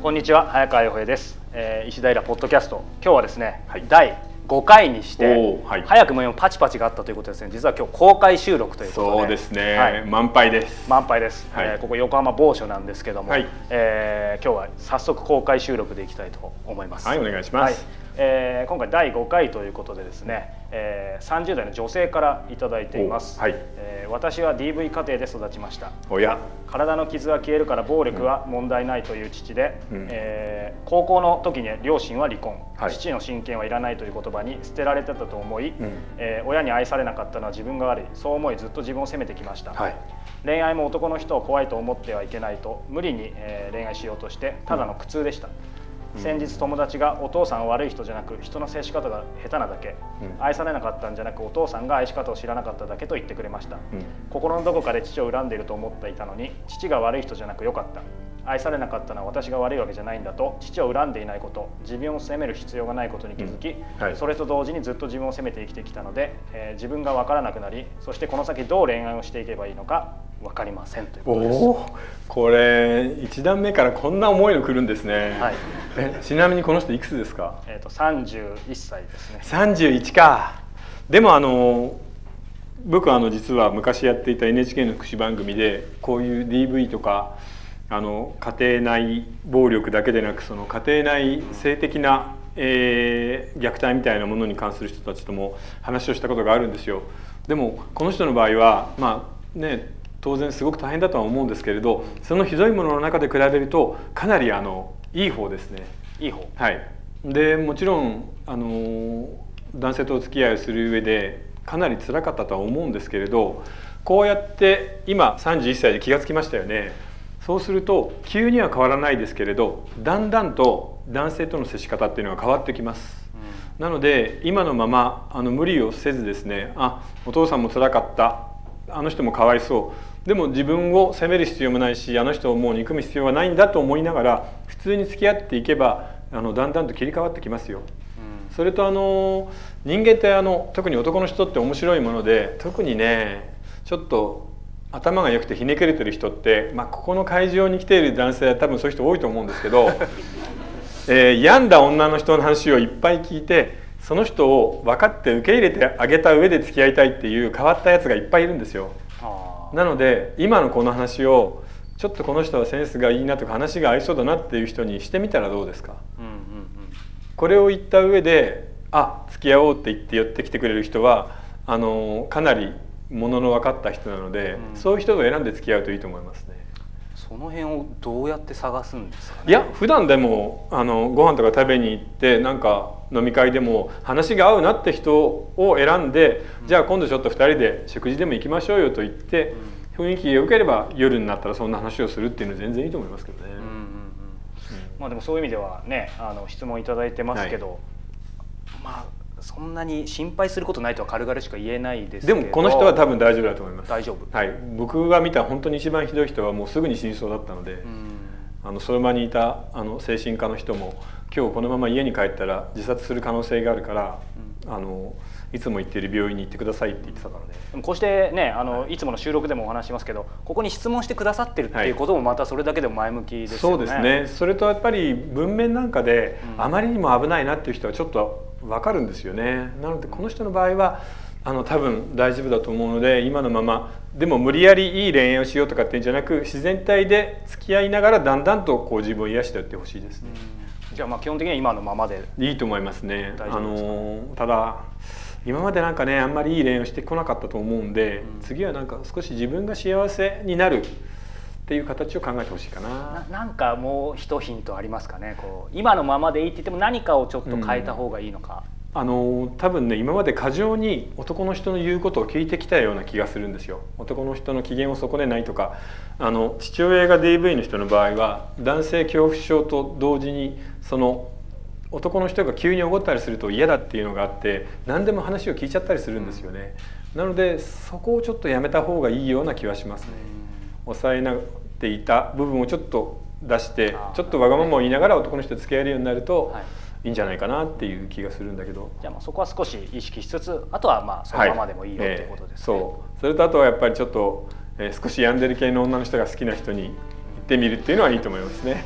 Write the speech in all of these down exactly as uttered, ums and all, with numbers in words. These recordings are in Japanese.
こんにちは、早川洋平です、えー、石平ポッドキャスト。今日はですね、はい、だいごかいにして、はい、早くも今パチパチがあったということですね。実は今日公開収録ということで、 そうですね、はい、満杯です。 満杯です、はい、えー、ここ横浜某所なんですけども、はい、えー、今日は早速公開収録でいきたいと思います。 はい、お願いします。はい、 えー、今回だいごかいということでですね、えー、さんじゅうだいの女性からいただいています。はい、えー、私は ディーブイ 家庭で育ちました。 おや、 体の傷は消えるから暴力は問題ないという父で、うん、えー、高校の時に両親は離婚、はい、父の親権はいらないという言葉に捨てられてたと思い、うん、えー、親に愛されなかったのは自分が悪い、そう思いずっと自分を責めてきました。はい、恋愛も男の人を怖いと思ってはいけないと無理に、えー、恋愛しようとしてただの苦痛でした。うん、先日友達がお父さんは悪い人じゃなく人の接し方が下手なだけ、うん、愛されなかったんじゃなくお父さんが愛し方を知らなかっただけと言ってくれました。うん、心のどこかで父を恨んでいると思っていたのに父が悪い人じゃなく良かった、愛されなかったのは私が悪いわけじゃないんだと父を恨んでいないこと、自分を責める必要がないことに気づき、うん、はい、それと同時にずっと自分を責めて生きてきたので、えー、自分が分からなくなり、そしてこの先どう恋愛をしていけばいいのか分かりませんということです。 お、これいちだんめからこんな重いの来るんですね。はい、えちなみにこの人いくつですか？ えーとさんじゅういっさいですね。 さんじゅういちか。でもあの僕はあの実は昔やっていた エヌエイチケー の福祉番組でこういう ディーブイ とかあの家庭内暴力だけでなくその家庭内性的な、えー、虐待みたいなものに関する人たちとも話をしたことがあるんですよ。でもこの人の場合はまあね、当然すごく大変だとは思うんですけれど、そのひどいものの中で比べるとかなりあのいい方ですね。 いい方。 はい。でもちろんあの男性とお付き合いをする上でかなり辛かったとは思うんですけれど、こうやって今さんじゅういっさいで気がつきましたよね。そうすると急には変わらないですけれど、だんだんと男性との接し方っていうのが変わってきます。うん、なので今のままあの無理をせずですね、あ、お父さんも辛かった、あの人もかわいそう、でも自分を責める必要もないし、あの人をもう憎む必要はないんだと思いながら普通に付き合っていけばあのだんだんと切り替わってきますよ。うん、それとあの人間ってあの特に男の人って面白いもので、特にねちょっと頭が良くてひねくれてる人って、まあ、ここの会場に来ている男性は多分そういう人多いと思うんですけど、えー、病んだ女の人の話をいっぱい聞いて、その人を分かって受け入れてあげた上で付き合いたいっていう変わったやつがいっぱいいるんですよ。なので今のこの話をちょっとこの人はセンスがいいなとか話が合いそうだなっていう人にしてみたらどうですか？うんうんうん、これを言った上であ付き合おうって言って寄ってきてくれる人はあのかなりものの分かった人なので、うん、そういう人を選んで付き合うといいと思いますね。 その辺をどうやって探すんですかね？ いや普段でもあのご飯とか食べに行ってなんか飲み会でも話が合うなって人を選んで、うん、じゃあ今度ちょっとふたりで食事でも行きましょうよと言って、うん、雰囲気が良ければ夜になったらそんな話をするっていうのは全然いいと思いますけどね。 まあでもそういう意味ではね、あの質問いただいてますけど、はい、まあそんなに心配することないとは軽々しか言えないですけど。 でもこの人は多分大丈夫だと思います。 大丈夫。 はい。僕が見た本当に一番ひどい人はもうすぐに死にそうだったので、うん、あのその場にいたあの精神科の人も今日このまま家に帰ったら自殺する可能性があるから、うん、あのいつも行っている病院に行ってくださいって言ってたからね。 でもこうしてね、あの、はい、いつもの収録でもお話しますけど、ここに質問してくださってるっていうこともまたそれだけでも前向きですよね。 そうですね。それとやっぱり文面なんかで、うん、あまりにも危ないなっていう人はちょっと分かるんですよね。なのでこの人の場合はあの多分大丈夫だと思うので、今のままでも無理やりいい恋愛をしようとかっていうんじゃなく、自然体で付き合いながらだんだんとこう自分を癒してやってほしいですね。 うん、じゃあまあ基本的には今のままでいいと思いますね。あのただ今までなんかねあんまりいい恋愛をしてこなかったと思うんで、うん、次はなんか少し自分が幸せになるっていう形を考えてほしいかな。 な, なんかもう一ヒントありますかね。こう今のままでいいって言っても何かをちょっと変えた方がいいのか。 うん、あの多分ね今まで過剰に男の人の言うことを聞いてきたような気がするんですよ。男の人の機嫌を損ねないとか、あの父親が ディーブイ の人の場合は男性恐怖症と同時にその男の人が急に怒ったりすると嫌だっていうのがあって何でも話を聞いちゃったりするんですよね。なのでそこをちょっとやめた方がいいような気はしますね。抑えなっていた部分をちょっと出してちょっとわがままを言いながら男の人と付き合えるようになるといいんじゃないかなっていう気がするんだけど、 じゃあまあそこは少し意識しつつ、あとはまあそのままでもいいよ、はい、ということですね。 そう。それとあとはやっぱりちょっと、えー、少し病んでる系の女の人が好きな人に行ってみるっていうのはいいと思いますね。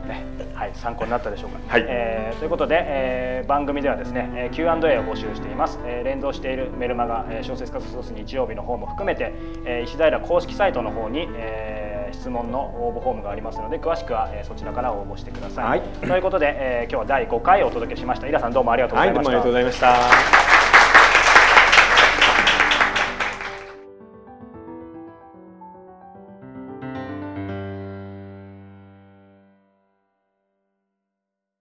ね、はい、参考になったでしょうか。 はい、 えー、ということで、えー、番組ではですね キューアンドエー を募集しています。えー、連動しているメルマガ小説家ソース日曜日の方も含めて、えー、石平公式サイトの方に、えー、質問の応募フォームがありますので詳しくは、えー、そちらから応募してください。はい、ということで、えー、今日はだいごかいお届けしました。イラさんどうもありがとうございました。 はい、どうもありがとうございました。